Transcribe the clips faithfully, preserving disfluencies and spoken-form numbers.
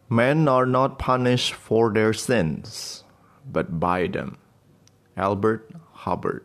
Men are not punished for their sins, but by them. Albert Hubbard.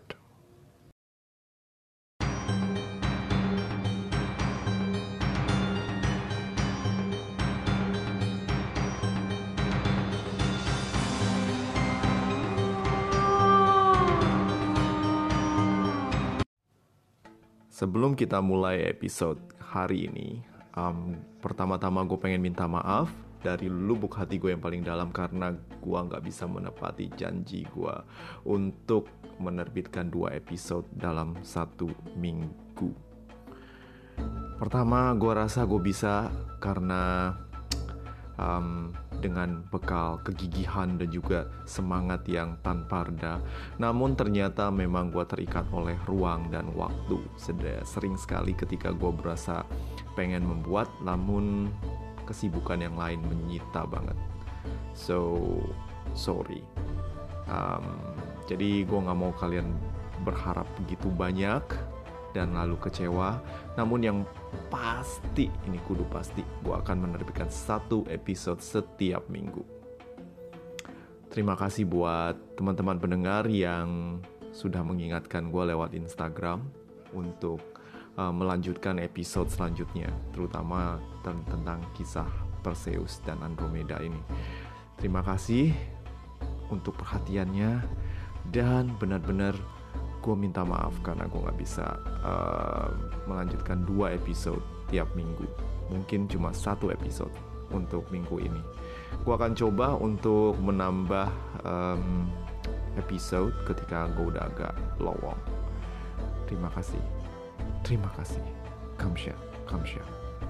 Sebelum kita mulai episode hari ini, um, pertama-tama gue pengen minta maaf dari lubuk hati gue yang paling dalam karena gue gak bisa menepati janji gue untuk menerbitkan dua episode dalam satu minggu. Pertama, gue rasa gue bisa karena um, dengan bekal kegigihan dan juga semangat yang tanpa reda. Namun ternyata memang gue terikat oleh ruang dan waktu. Sering sekali ketika gue berasa pengen membuat, namun kesibukan yang lain menyita banget. So, sorry. Um, jadi gue gak mau kalian berharap begitu banyak dan lalu kecewa. Namun yang pasti, ini kudu pasti, gue akan menerbitkan satu episode setiap minggu. Terima kasih buat teman-teman pendengar yang sudah mengingatkan gue lewat Instagram untuk uh, melanjutkan episode selanjutnya, terutama ten- tentang kisah Perseus dan Andromeda ini. Terima kasih untuk perhatiannya, dan benar-benar gue minta maaf karena gue gak bisa uh, melanjutkan dua episode tiap minggu. Mungkin cuma satu episode untuk minggu ini. Gue akan coba untuk menambah um, episode ketika gue udah agak lowong. Terima kasih. Terima kasih. Kamsha, kamsha.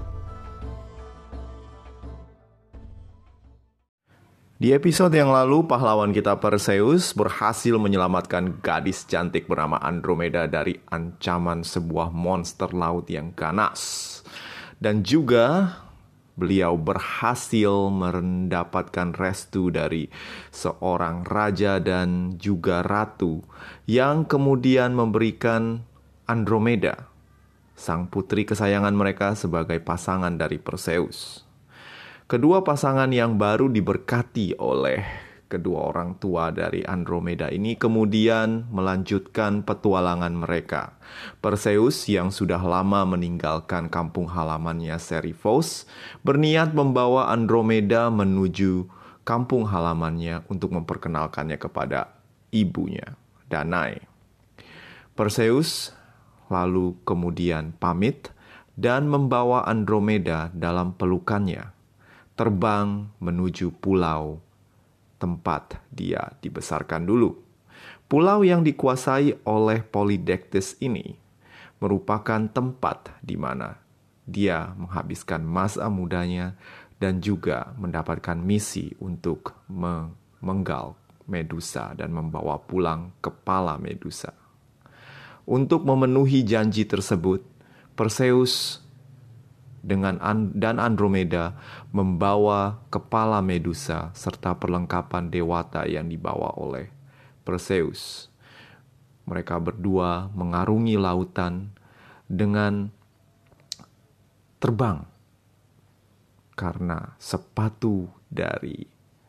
Di episode yang lalu, pahlawan kita Perseus berhasil menyelamatkan gadis cantik bernama Andromeda dari ancaman sebuah monster laut yang ganas. Dan juga beliau berhasil mendapatkan restu dari seorang raja dan juga ratu yang kemudian memberikan Andromeda, sang putri kesayangan mereka, sebagai pasangan dari Perseus. Kedua pasangan yang baru diberkati oleh kedua orang tua dari Andromeda ini kemudian melanjutkan petualangan mereka. Perseus yang sudah lama meninggalkan kampung halamannya Seriphos berniat membawa Andromeda menuju kampung halamannya untuk memperkenalkannya kepada ibunya, Danae. Perseus lalu kemudian pamit dan membawa Andromeda dalam pelukannya, terbang menuju pulau tempat dia dibesarkan dulu. Pulau yang dikuasai oleh Polydectes ini merupakan tempat di mana dia menghabiskan masa mudanya dan juga mendapatkan misi untuk memenggal Medusa dan membawa pulang kepala Medusa. Untuk memenuhi janji tersebut, Perseus dengan and- dan Andromeda membawa kepala Medusa serta perlengkapan dewata yang dibawa oleh Perseus. Mereka berdua mengarungi lautan dengan terbang karena sepatu dari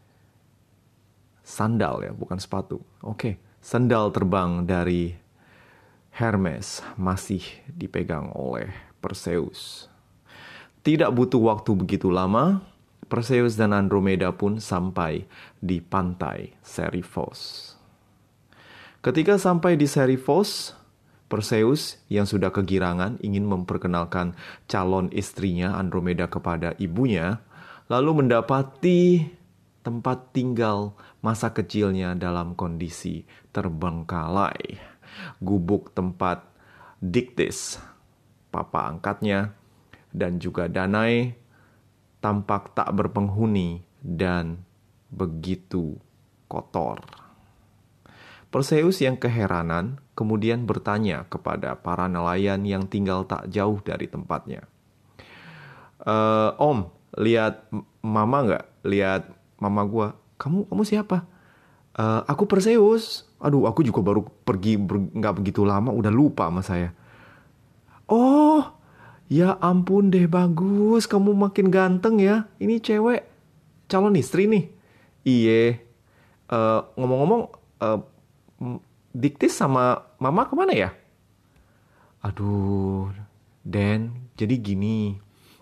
sandal ya, bukan sepatu. Oke, sandal terbang dari Hermes masih dipegang oleh Perseus. Tidak butuh waktu begitu lama, Perseus dan Andromeda pun sampai di pantai Seriphos. Ketika sampai di Seriphos, Perseus yang sudah kegirangan ingin memperkenalkan calon istrinya Andromeda kepada ibunya, lalu mendapati tempat tinggal masa kecilnya dalam kondisi terbengkalai. Gubuk tempat Dictys, papa angkatnya, dan juga Danae tampak tak berpenghuni dan begitu kotor. Perseus yang keheranan kemudian bertanya kepada para nelayan yang tinggal tak jauh dari tempatnya. E, Om, lihat mama nggak? Lihat mama gua. Kamu kamu siapa? E, aku Perseus. Aduh, aku juga baru pergi ber, nggak begitu lama, udah lupa sama saya. Oh, ya ampun deh, bagus. Kamu makin ganteng ya. Ini cewek. calon istri nih. Iye, eh, ngomong-ngomong, eh, Diktis sama Mama kemana ya? Aduh, Dan, jadi gini,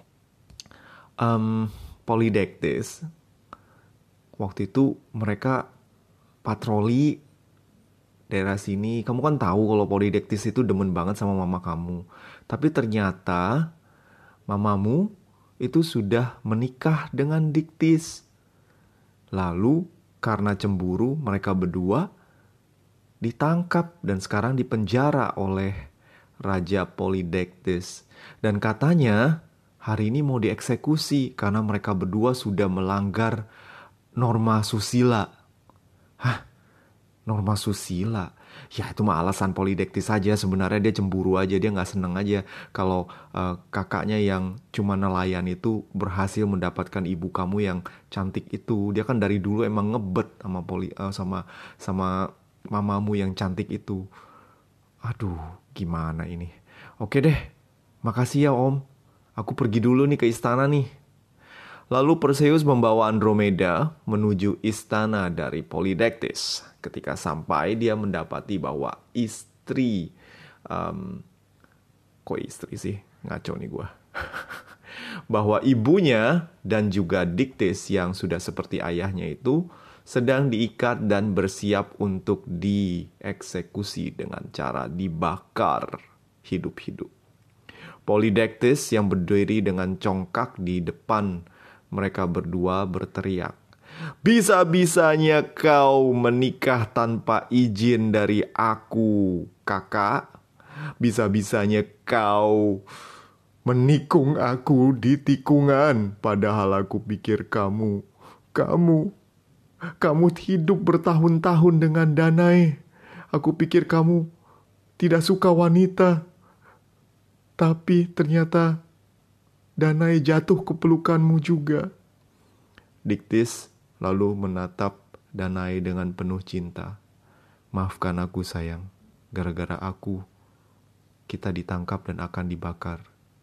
um, Polydectes, waktu itu mereka patroli daerah sini. Kamu kan tahu kalau Polydectes itu demen banget sama mama kamu. Tapi ternyata mamamu itu sudah menikah dengan Diktis. Lalu karena cemburu mereka berdua ditangkap dan sekarang dipenjara oleh Raja Polydectes. Dan katanya hari ini mau dieksekusi karena mereka berdua sudah melanggar norma susila. Hah? Norma susila? Ya itu mah alasan Polydectes saja. Sebenarnya dia cemburu aja, dia gak seneng aja kalau uh, kakaknya yang cuma nelayan itu berhasil mendapatkan ibu kamu yang cantik itu. Dia kan dari dulu emang ngebet sama poli, uh, sama sama mamamu yang cantik itu. Aduh, gimana ini? Oke deh, makasih ya Om. Aku pergi dulu nih ke istana nih. Lalu Perseus membawa Andromeda menuju istana dari Polydectes. Ketika sampai, dia mendapati bahwa istri... Um, kok istri sih? Ngaco nih gue. Bahwa ibunya dan juga Diktis yang sudah seperti ayahnya itu sedang diikat dan bersiap untuk dieksekusi dengan cara dibakar hidup-hidup. Polydectes yang berdiri dengan congkak di depan mereka berdua berteriak, "Bisa-bisanya kau menikah tanpa izin dari aku, kakak. Bisa-bisanya kau menikung aku di tikungan. Padahal aku pikir kamu, kamu, kamu hidup bertahun-tahun dengan Danae. Aku pikir kamu tidak suka wanita. Tapi ternyata Danae jatuh ke pelukanmu juga." Diktis lalu menatap Danae dengan penuh cinta. "Maafkan aku sayang, gara-gara aku kita ditangkap dan akan dibakar."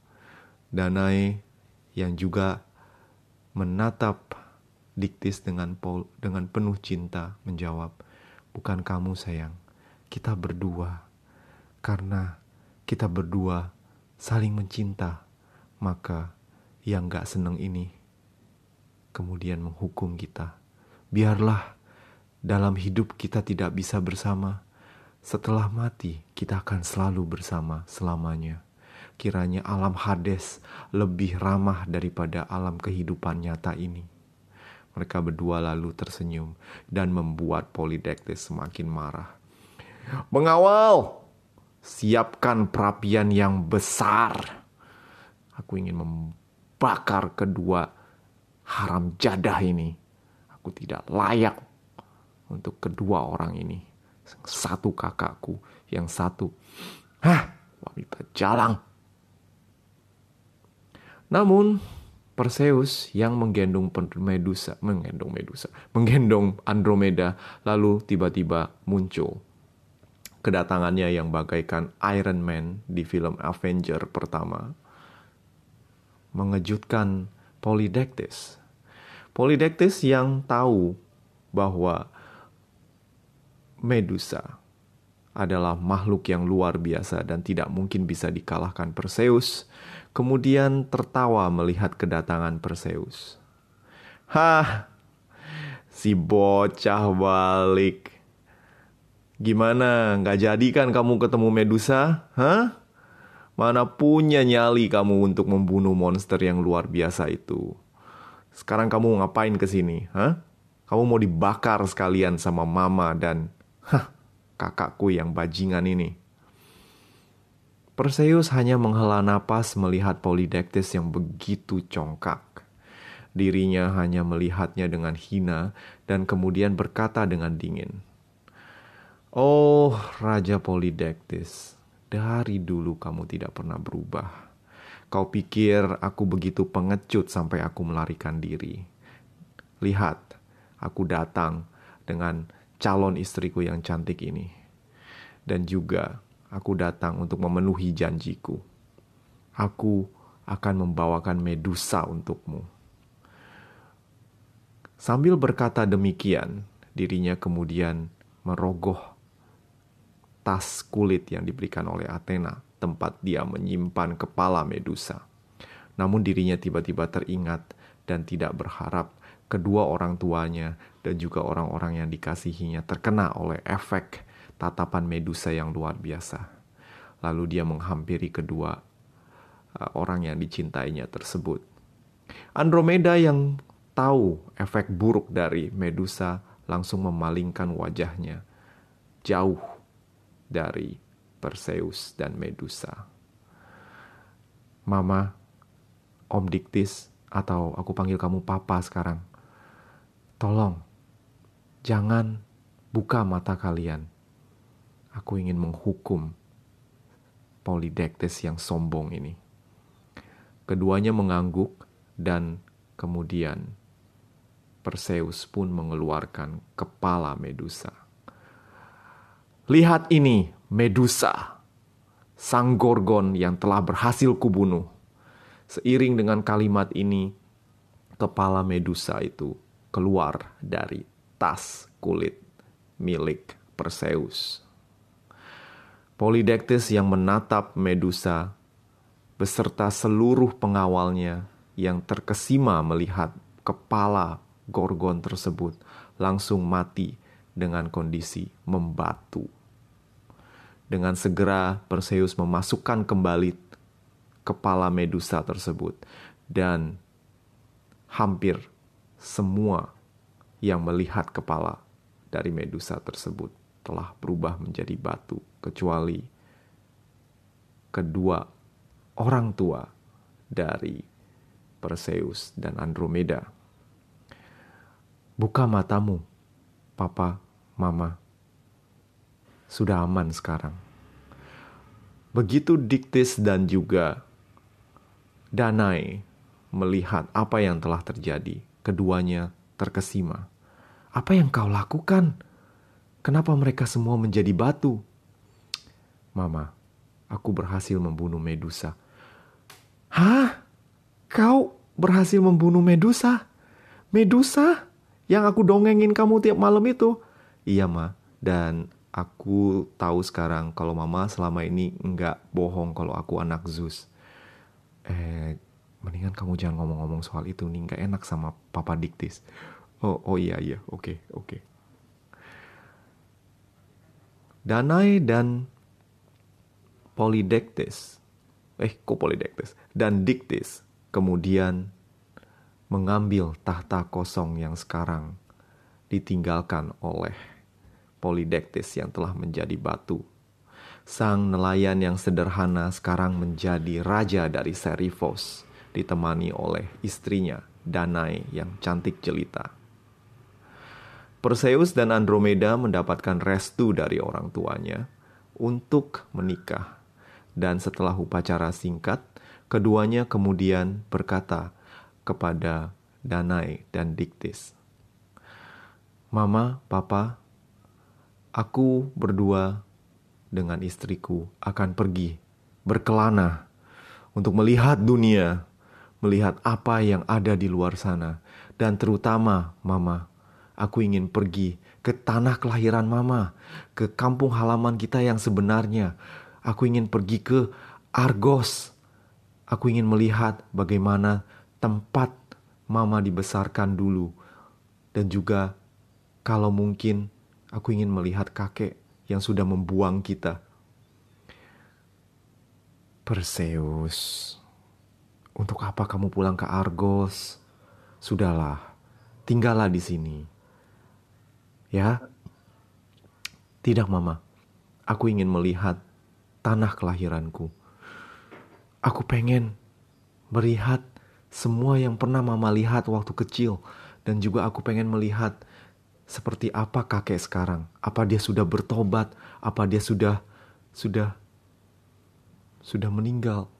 Danae yang juga menatap Diktis dengan pol, dengan penuh cinta menjawab, "Bukan kamu sayang, kita berdua. Karena kita berdua saling mencinta, maka yang gak seneng ini kemudian menghukum kita. Biarlah dalam hidup kita tidak bisa bersama. Setelah mati kita akan selalu bersama selamanya. Kiranya alam Hades lebih ramah daripada alam kehidupan nyata ini." Mereka berdua lalu tersenyum dan membuat Polydectes semakin marah. "Mengawal! Siapkan perapian yang besar. Aku ingin membakar kedua haram jadah ini. Aku tidak layak untuk kedua orang ini. Satu kakakku, yang satu, hah, wanita jalang." Namun Perseus yang menggendong Medusa, menggendong Medusa, menggendong Andromeda, lalu tiba-tiba muncul. Kedatangannya yang bagaikan Iron Man di film Avenger pertama mengejutkan Polydectes. Polydectes yang tahu bahwa Medusa adalah makhluk yang luar biasa dan tidak mungkin bisa dikalahkan Perseus, kemudian tertawa melihat kedatangan Perseus. "Hah, si bocah balik. Gimana, gak jadi kan kamu ketemu Medusa? Hah? Mana punya nyali kamu untuk membunuh monster yang luar biasa itu? Sekarang kamu ngapain kesini? Hah? Kamu mau dibakar sekalian sama mama dan hah, kakakku yang bajingan ini." Perseus hanya menghela napas melihat Polydectes yang begitu congkak. Dirinya hanya melihatnya dengan hina dan kemudian berkata dengan dingin, "Oh, Raja Polydectes, dari dulu kamu tidak pernah berubah. Kau pikir aku begitu pengecut sampai aku melarikan diri? Lihat, aku datang dengan calon istriku yang cantik ini. Dan juga aku datang untuk memenuhi janjiku. Aku akan membawakan Medusa untukmu. Sambil berkata demikian, dirinya kemudian merogoh tas kulit yang diberikan oleh Athena, tempat dia menyimpan kepala Medusa. Namun dirinya tiba-tiba teringat dan tidak berharap kedua orang tuanya dan juga orang-orang yang dikasihinya terkena oleh efek tatapan Medusa yang luar biasa. Lalu dia menghampiri kedua uh, orang yang dicintainya tersebut. Andromeda yang tahu efek buruk dari Medusa langsung memalingkan wajahnya jauh dari Perseus dan Medusa. Mama, Om Diktis, atau aku panggil kamu Papa sekarang, tolong, jangan buka mata kalian. Aku ingin menghukum Polydectes yang sombong ini. Keduanya mengangguk dan kemudian Perseus pun mengeluarkan kepala Medusa. Lihat ini, Medusa, sang Gorgon yang telah berhasil kubunuh. Seiring dengan kalimat ini, kepala Medusa itu keluar dari tas kulit milik Perseus. Polydectes yang menatap Medusa beserta seluruh pengawalnya yang terkesima melihat kepala Gorgon tersebut langsung mati dengan kondisi membatu. Dengan segera Perseus memasukkan kembali kepala Medusa tersebut dan hampir semua yang melihat kepala dari Medusa tersebut telah berubah menjadi batu, kecuali kedua orang tua dari Perseus dan Andromeda. Buka matamu, Papa, Mama. Sudah aman sekarang. Begitu Diktis dan juga Danae melihat apa yang telah terjadi, keduanya terkesima. Apa yang kau lakukan? Kenapa mereka semua menjadi batu? Mama, aku berhasil membunuh Medusa. Hah? Kau berhasil membunuh Medusa? Medusa? Yang aku dongengin kamu tiap malam itu? Iya, Ma. Dan aku tahu sekarang kalau Mama selama ini enggak bohong kalau aku anak Zeus. Eh, mendingan kamu jangan ngomong-ngomong soal itu nih, nggak enak sama Papa Diktis. Oh, oh iya iya, oke oke. Danae dan Polydectes, eh kok Polydectes dan Diktis kemudian mengambil tahta kosong yang sekarang ditinggalkan oleh Polydectes yang telah menjadi batu. Sang nelayan yang sederhana sekarang menjadi raja dari Seriphos, ditemani oleh istrinya, Danae yang cantik jelita. Perseus dan Andromeda mendapatkan restu dari orang tuanya untuk menikah. Dan setelah upacara singkat, keduanya kemudian berkata kepada Danae dan Diktis, Mama, Papa, aku berdua dengan istriku akan pergi berkelana untuk melihat dunia, melihat apa yang ada di luar sana. Dan terutama, Mama, aku ingin pergi ke tanah kelahiran Mama, ke kampung halaman kita yang sebenarnya. Aku ingin pergi ke Argos. Aku ingin melihat bagaimana tempat Mama dibesarkan dulu. Dan juga kalau mungkin aku ingin melihat kakek yang sudah membuang kita. Perseus, untuk apa kamu pulang ke Argos? Sudahlah, tinggallah di sini. Ya? Tidak, Mama. Aku ingin melihat tanah kelahiranku. Aku pengen melihat semua yang pernah Mama lihat waktu kecil. Dan juga aku pengen melihat seperti apa kakek sekarang. Apa dia sudah bertobat? Apa dia sudah sudah sudah meninggal?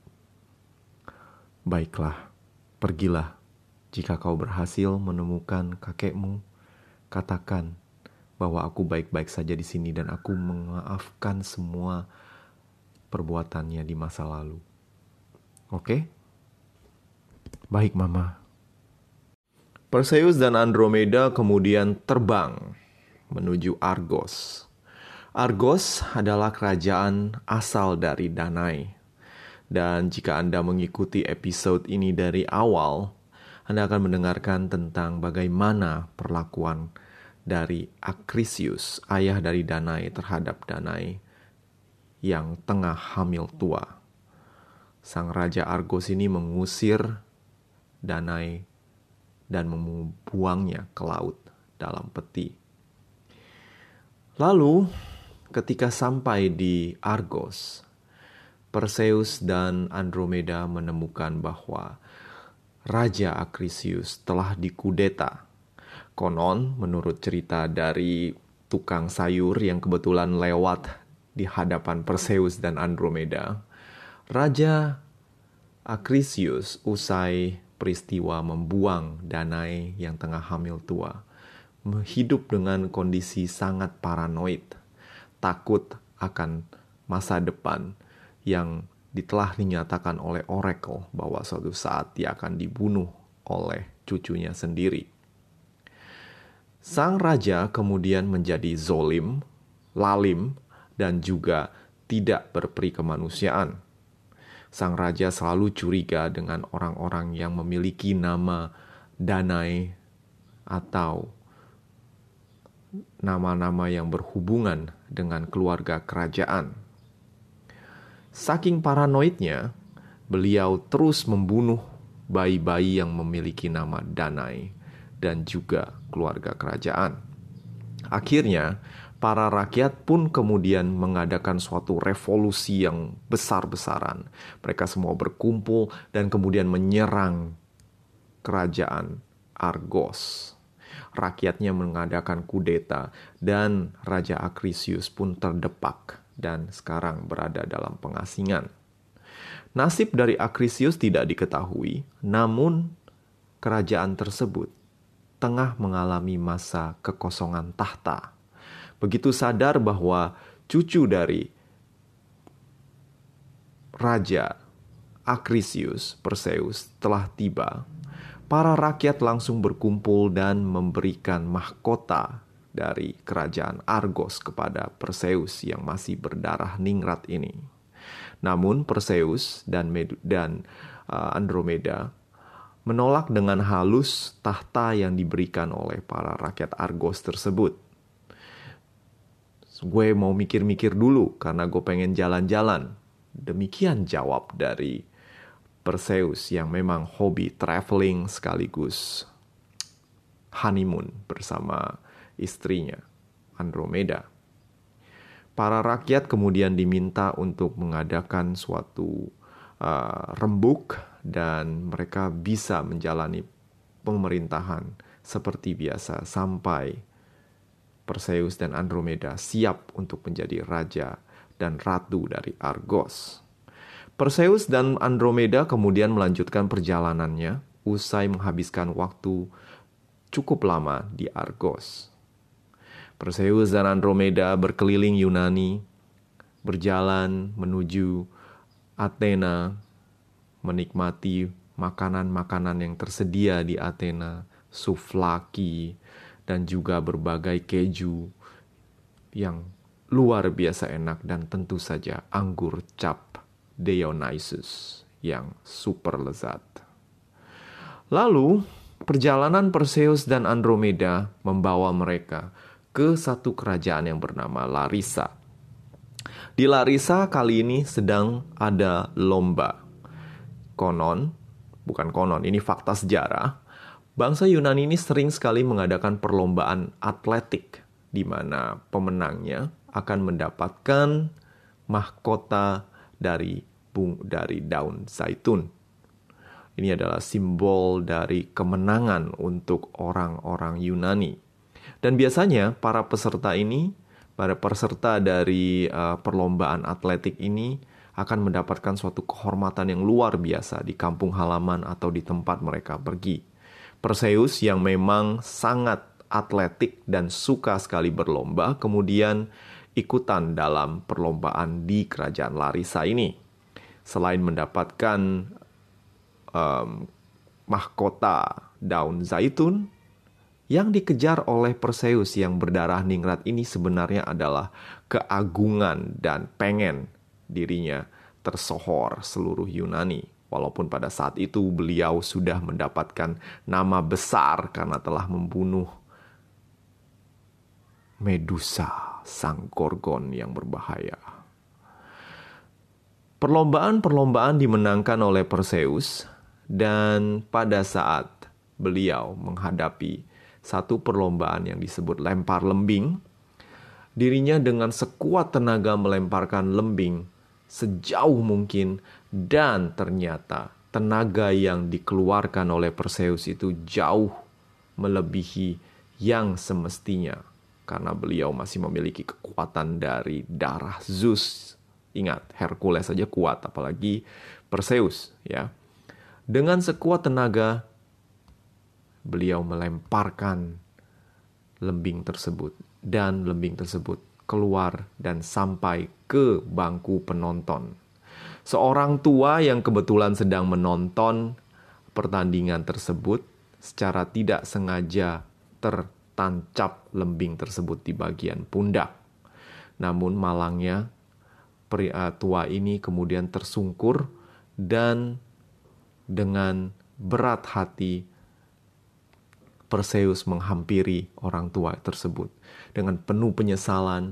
Baiklah, pergilah. Jika kau berhasil menemukan kakekmu, katakan bahwa aku baik-baik saja di sini dan aku memaafkan semua perbuatannya di masa lalu. Oke? Baik, Mama. Perseus dan Andromeda kemudian terbang menuju Argos. Argos adalah kerajaan asal dari Danai. Dan jika Anda mengikuti episode ini dari awal, Anda akan mendengarkan tentang bagaimana perlakuan dari Acrisius, ayah dari Danai, terhadap Danai yang tengah hamil tua. Sang Raja Argos ini mengusir Danai dan membuangnya ke laut dalam peti. Lalu, ketika sampai di Argos, Perseus dan Andromeda menemukan bahwa Raja Acrisius telah dikudeta. Konon, menurut cerita dari tukang sayur yang kebetulan lewat di hadapan Perseus dan Andromeda, Raja Acrisius usai peristiwa membuang Danai yang tengah hamil tua, hidup dengan kondisi sangat paranoid, takut akan masa depan yang telah dinyatakan oleh Oracle bahwa suatu saat dia akan dibunuh oleh cucunya sendiri. Sang raja kemudian menjadi zolim, lalim, dan juga tidak berperi kemanusiaan. Sang raja selalu curiga dengan orang-orang yang memiliki nama Danai atau nama-nama yang berhubungan dengan keluarga kerajaan. Saking paranoidnya, beliau terus membunuh bayi-bayi yang memiliki nama Danai dan juga keluarga kerajaan. Akhirnya, para rakyat pun kemudian mengadakan suatu revolusi yang besar-besaran. Mereka semua berkumpul dan kemudian menyerang kerajaan Argos. Rakyatnya mengadakan kudeta dan Raja Acrisius pun terdepak dan sekarang berada dalam pengasingan. Nasib dari Acrisius tidak diketahui, namun kerajaan tersebut tengah mengalami masa kekosongan tahta. Begitu sadar bahwa cucu dari Raja Acrisius, Perseus, telah tiba, para rakyat langsung berkumpul dan memberikan mahkota dari kerajaan Argos kepada Perseus yang masih berdarah ningrat ini. Namun Perseus dan, Med- dan uh, Andromeda menolak dengan halus tahta yang diberikan oleh para rakyat Argos tersebut. Gue mau mikir-mikir dulu karena gue pengen jalan-jalan. Demikian jawab dari Perseus yang memang hobi traveling sekaligus honeymoon bersama istrinya, Andromeda. Para rakyat kemudian diminta untuk mengadakan suatu uh, rembuk dan mereka bisa menjalani pemerintahan seperti biasa sampai Perseus dan Andromeda siap untuk menjadi raja dan ratu dari Argos. Perseus dan Andromeda kemudian melanjutkan perjalanannya usai menghabiskan waktu cukup lama di Argos. Perseus dan Andromeda berkeliling Yunani, berjalan menuju Athena, menikmati makanan-makanan yang tersedia di Athena, souvlaki, dan juga berbagai keju yang luar biasa enak dan tentu saja anggur cap Dionysus yang super lezat. Lalu, perjalanan Perseus dan Andromeda membawa mereka ke satu kerajaan yang bernama Larissa. Di Larissa kali ini sedang ada lomba. Konon, bukan konon, ini fakta sejarah. Bangsa Yunani ini sering sekali mengadakan perlombaan atletik di mana pemenangnya akan mendapatkan mahkota dari bung dari daun zaitun. Ini adalah simbol dari kemenangan untuk orang-orang Yunani. Dan biasanya para peserta ini, para peserta dari uh, perlombaan atletik ini akan mendapatkan suatu kehormatan yang luar biasa di kampung halaman atau di tempat mereka pergi. Perseus yang memang sangat atletik dan suka sekali berlomba, kemudian ikutan dalam perlombaan di kerajaan Larissa ini. Selain mendapatkan um, mahkota daun zaitun. Yang dikejar oleh Perseus yang berdarah ningrat ini sebenarnya adalah keagungan dan pengen dirinya tersohor seluruh Yunani. Walaupun pada saat itu beliau sudah mendapatkan nama besar karena telah membunuh Medusa, sang Gorgon yang berbahaya. Perlombaan-perlombaan dimenangkan oleh Perseus, dan pada saat beliau menghadapi satu perlombaan yang disebut lempar lembing, dirinya dengan sekuat tenaga melemparkan lembing sejauh mungkin, dan ternyata tenaga yang dikeluarkan oleh Perseus itu jauh melebihi yang semestinya, karena beliau masih memiliki kekuatan dari darah Zeus. Ingat, Hercules saja kuat, apalagi Perseus, ya. Dengan sekuat tenaga beliau melemparkan lembing tersebut, dan lembing tersebut keluar dan sampai ke bangku penonton. Seorang tua yang kebetulan sedang menonton pertandingan tersebut secara tidak sengaja tertancap lembing tersebut di bagian pundak. Namun malangnya pria tua ini kemudian tersungkur, dan dengan berat hati Perseus menghampiri orang tua tersebut. Dengan penuh penyesalan,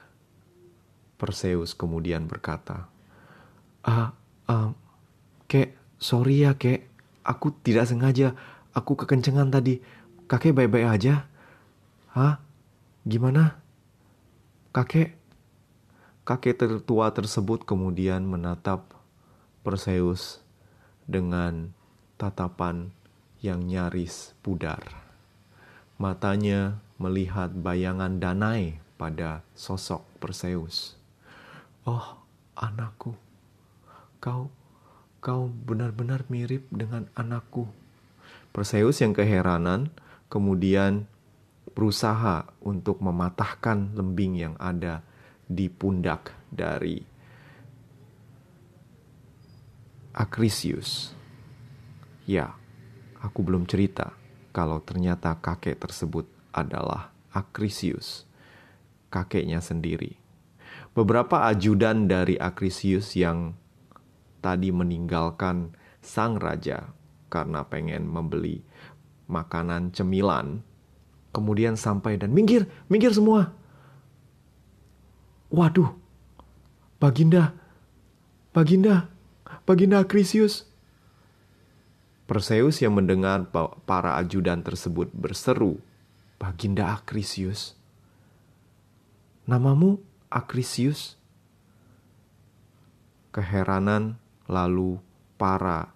Perseus kemudian berkata, Ah, ah, kek, sorry ya kek, aku tidak sengaja, aku kekencengan tadi. Kakek baik-baik aja? Hah? Gimana? Kakek? Kakek tertua tersebut kemudian menatap Perseus dengan tatapan yang nyaris pudar. Matanya melihat bayangan Danae pada sosok Perseus. Oh, anakku, kau, kau benar-benar mirip dengan anakku. Perseus yang keheranan kemudian berusaha untuk mematahkan lembing yang ada di pundak dari Acrisius. Ya, aku belum cerita kalau ternyata kakek tersebut adalah Acrisius, kakeknya sendiri. Beberapa ajudan dari Acrisius yang tadi meninggalkan sang raja karena pengen membeli makanan cemilan, kemudian sampai dan minggir, minggir semua. Waduh, Baginda, Baginda, Baginda Acrisius. Perseus yang mendengar para ajudan tersebut berseru, Baginda Acrisius, namamu Acrisius? Keheranan lalu para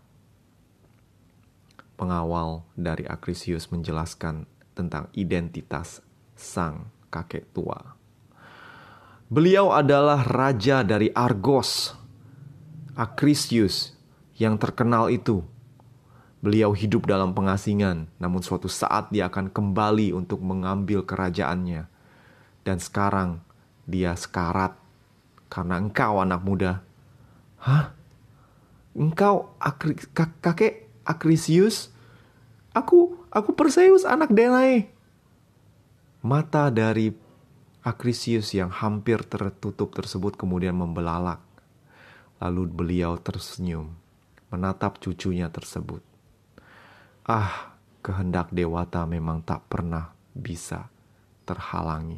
pengawal dari Acrisius menjelaskan tentang identitas sang kakek tua. Beliau adalah raja dari Argos, Acrisius yang terkenal itu. Beliau hidup dalam pengasingan, namun suatu saat dia akan kembali untuk mengambil kerajaannya. Dan sekarang dia sekarat karena engkau anak muda. Hah? Engkau Akri, kakek Acrisius? Aku, aku Perseus anak Danae. Mata dari Acrisius yang hampir tertutup tersebut kemudian membelalak. Lalu beliau tersenyum, menatap cucunya tersebut. Ah, kehendak dewata memang tak pernah bisa terhalangi.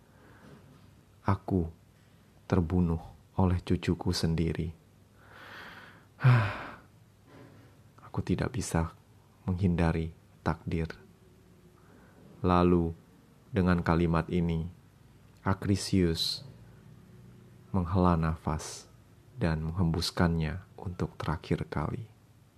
Aku terbunuh oleh cucuku sendiri. Aku tidak bisa menghindari takdir. Lalu dengan kalimat ini, Acrisius menghela nafas dan menghembuskannya untuk terakhir kali.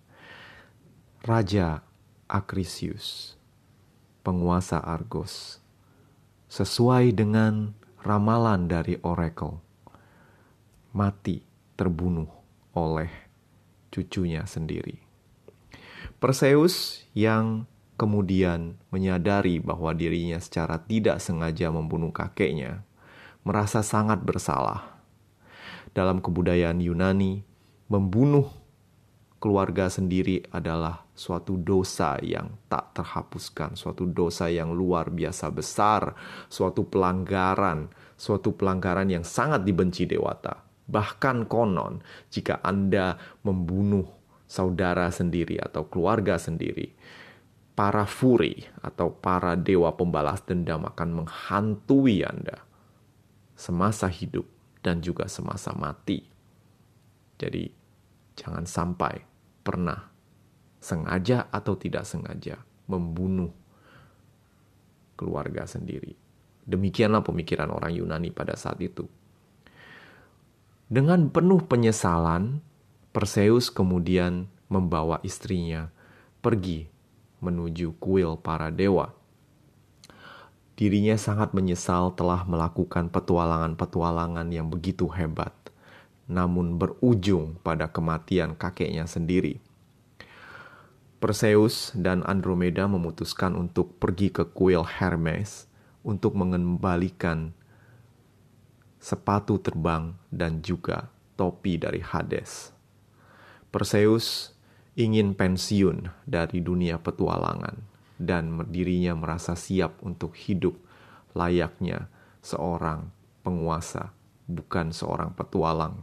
Raja Acrisius, penguasa Argos, sesuai dengan ramalan dari oracle, mati terbunuh oleh cucunya sendiri. Perseus yang kemudian menyadari bahwa dirinya secara tidak sengaja membunuh kakeknya, merasa sangat bersalah. Dalam kebudayaan Yunani, membunuh keluarga sendiri adalah suatu dosa yang tak terhapuskan, suatu dosa yang luar biasa besar, suatu pelanggaran, suatu pelanggaran yang sangat dibenci dewata. Bahkan konon, jika Anda membunuh saudara sendiri atau keluarga sendiri, para furi atau para dewa pembalas dendam akan menghantui Anda semasa hidup dan juga semasa mati. Jadi, jangan sampai pernah sengaja atau tidak sengaja membunuh keluarga sendiri. Demikianlah pemikiran orang Yunani pada saat itu. Dengan penuh penyesalan, Perseus kemudian membawa istrinya pergi menuju kuil para dewa. Dirinya sangat menyesal telah melakukan petualangan-petualangan yang begitu hebat, namun berujung pada kematian kakeknya sendiri. Perseus dan Andromeda memutuskan untuk pergi ke kuil Hermes untuk mengembalikan sepatu terbang dan juga topi dari Hades. Perseus ingin pensiun dari dunia petualangan dan dirinya merasa siap untuk hidup layaknya seorang penguasa, bukan seorang petualang.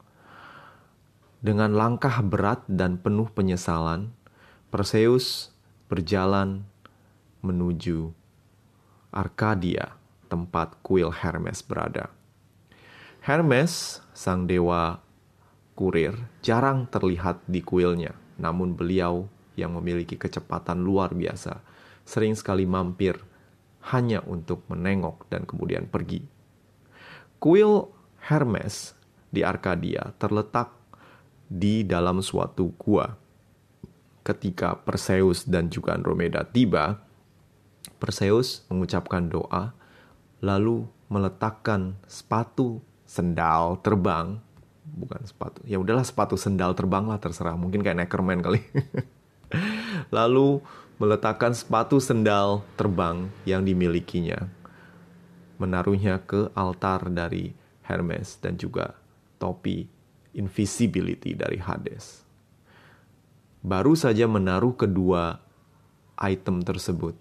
Dengan langkah berat dan penuh penyesalan, Perseus berjalan menuju Arkadia, tempat kuil Hermes berada. Hermes, sang dewa kurir, jarang terlihat di kuilnya, namun beliau yang memiliki kecepatan luar biasa, sering sekali mampir hanya untuk menengok dan kemudian pergi. Kuil Hermes di Arkadia terletak di dalam suatu gua. Ketika Perseus dan juga Andromeda tiba, Perseus mengucapkan doa, lalu meletakkan sepatu sendal terbang, bukan sepatu, ya udahlah sepatu sendal terbang lah, terserah, mungkin kayak Neckerman kali. Lalu meletakkan sepatu sendal terbang yang dimilikinya, menaruhnya ke altar dari Hermes dan juga topi invisibility dari Hades. Baru saja menaruh kedua item tersebut,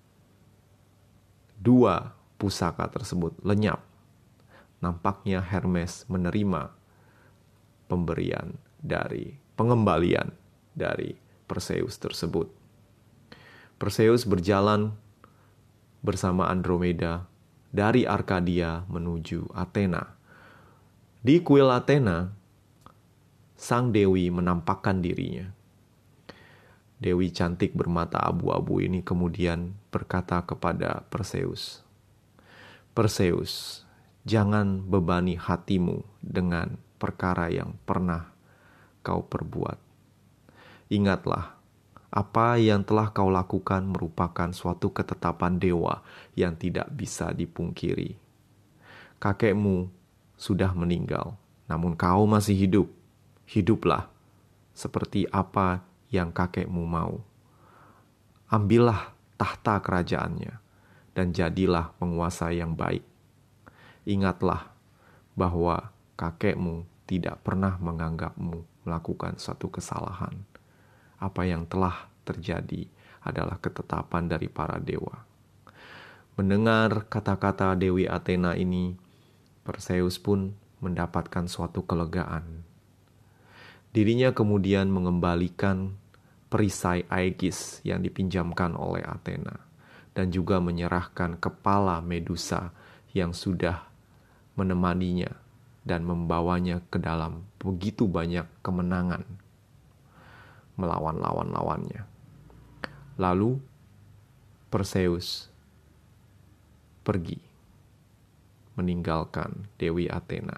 dua pusaka tersebut lenyap. Nampaknya Hermes menerima pemberian dari pengembalian dari Perseus tersebut. Perseus berjalan bersama Andromeda dari Arkadia menuju Athena. Di kuil Athena, sang dewi menampakkan dirinya. Dewi cantik bermata abu-abu ini kemudian berkata kepada Perseus, "Perseus, jangan bebani hatimu dengan perkara yang pernah kau perbuat. Ingatlah, apa yang telah kau lakukan merupakan suatu ketetapan dewa yang tidak bisa dipungkiri. Kakekmu sudah meninggal, namun kau masih hidup. Hiduplah seperti apa yang kakekmu mau. Ambillah tahta kerajaannya dan jadilah penguasa yang baik. Ingatlah bahwa kakekmu tidak pernah menganggapmu melakukan suatu kesalahan. Apa yang telah terjadi adalah ketetapan dari para dewa." Mendengar kata-kata Dewi Athena ini, Perseus pun mendapatkan suatu kelegaan. Dirinya kemudian mengembalikan perisai Aegis yang dipinjamkan oleh Athena dan juga menyerahkan kepala Medusa yang sudah menemaninya dan membawanya ke dalam begitu banyak kemenangan melawan lawan-lawannya. Lalu Perseus pergi meninggalkan Dewi Athena.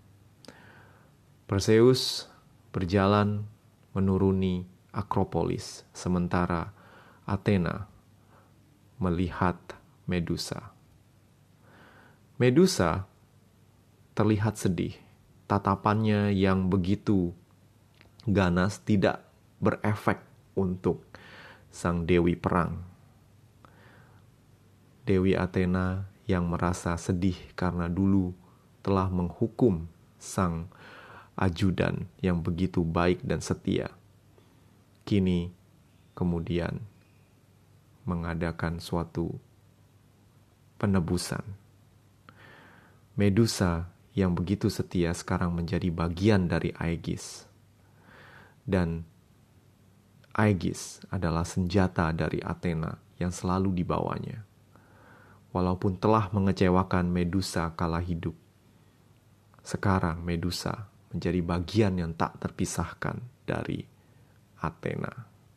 Perseus berjalan menuruni Akropolis, sementara Athena melihat Medusa. Medusa terlihat sedih. Tatapannya yang begitu ganas tidak berefek untuk sang dewi perang. Dewi Athena yang merasa sedih karena dulu telah menghukum sang ajudan yang begitu baik dan setia. kini kemudian mengadakan suatu penebusan. Medusa yang begitu setia sekarang menjadi bagian dari Aegis. Dan Aegis adalah senjata dari Athena yang selalu dibawanya. Walaupun telah mengecewakan Medusa kala hidup, sekarang Medusa menjadi bagian yang tak terpisahkan dari Athena.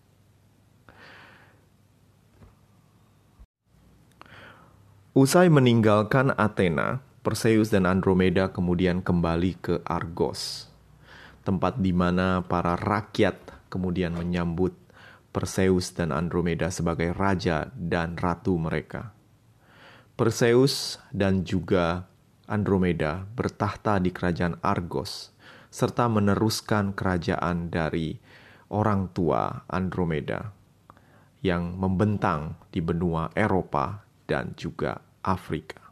Usai meninggalkan Athena, Perseus dan Andromeda kemudian kembali ke Argos, tempat di mana para rakyat kemudian menyambut Perseus dan Andromeda sebagai raja dan ratu mereka. Perseus dan juga Andromeda bertahta di kerajaan Argos, serta meneruskan kerajaan dari orang tua Andromeda yang membentang di benua Eropa dan juga Afrika.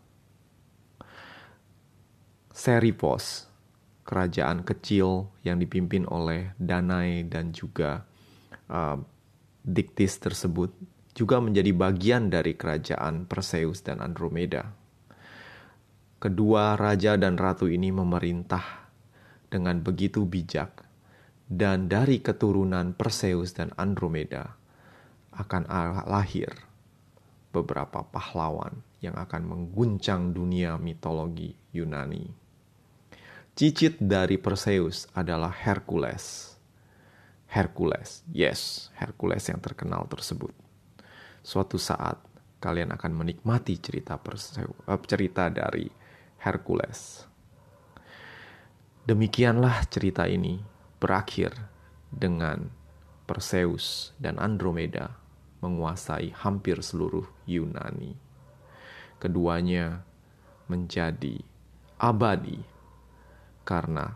Seripos, kerajaan kecil yang dipimpin oleh Danae dan juga uh, Diktis tersebut, juga menjadi bagian dari kerajaan Perseus dan Andromeda. Kedua raja dan ratu ini memerintah dengan begitu bijak, dan dari keturunan Perseus dan Andromeda akan lahir beberapa pahlawan yang akan mengguncang dunia mitologi Yunani. Cicit dari Perseus adalah Hercules. Hercules, yes, Hercules yang terkenal tersebut. Suatu saat kalian akan menikmati cerita Perseus, cerita dari Hercules. Demikianlah cerita ini berakhir dengan Perseus dan Andromeda menguasai hampir seluruh Yunani. Keduanya menjadi abadi karena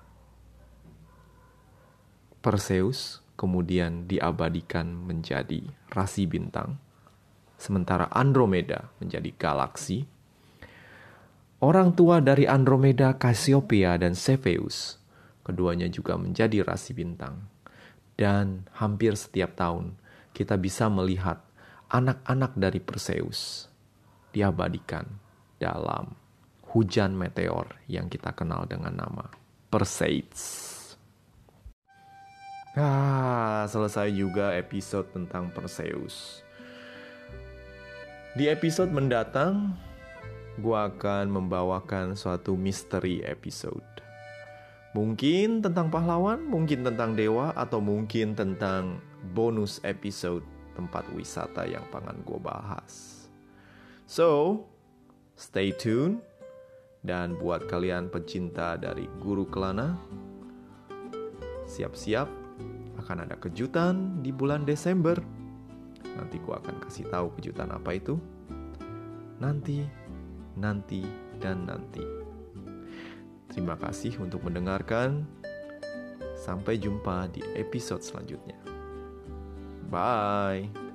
Perseus kemudian diabadikan menjadi rasi bintang, sementara Andromeda menjadi galaksi. Orang tua dari Andromeda, Cassiopeia dan Cepheus, keduanya juga menjadi rasi bintang. Dan hampir setiap tahun kita bisa melihat anak-anak dari Perseus diabadikan dalam hujan meteor yang kita kenal dengan nama Perseids. Ah, selesai juga episode tentang Perseus. Di episode mendatang, gue akan membawakan suatu misteri episode. Mungkin tentang pahlawan, mungkin tentang dewa, atau mungkin tentang bonus episode tempat wisata yang pengen gue bahas. So, stay tune. Dan buat kalian pecinta dari Guru Kelana, siap-siap akan ada kejutan di bulan Desember. Nanti gue akan kasih tahu kejutan apa itu. Nanti, nanti, dan nanti. Terima kasih untuk mendengarkan. Sampai jumpa di episode selanjutnya. Bye.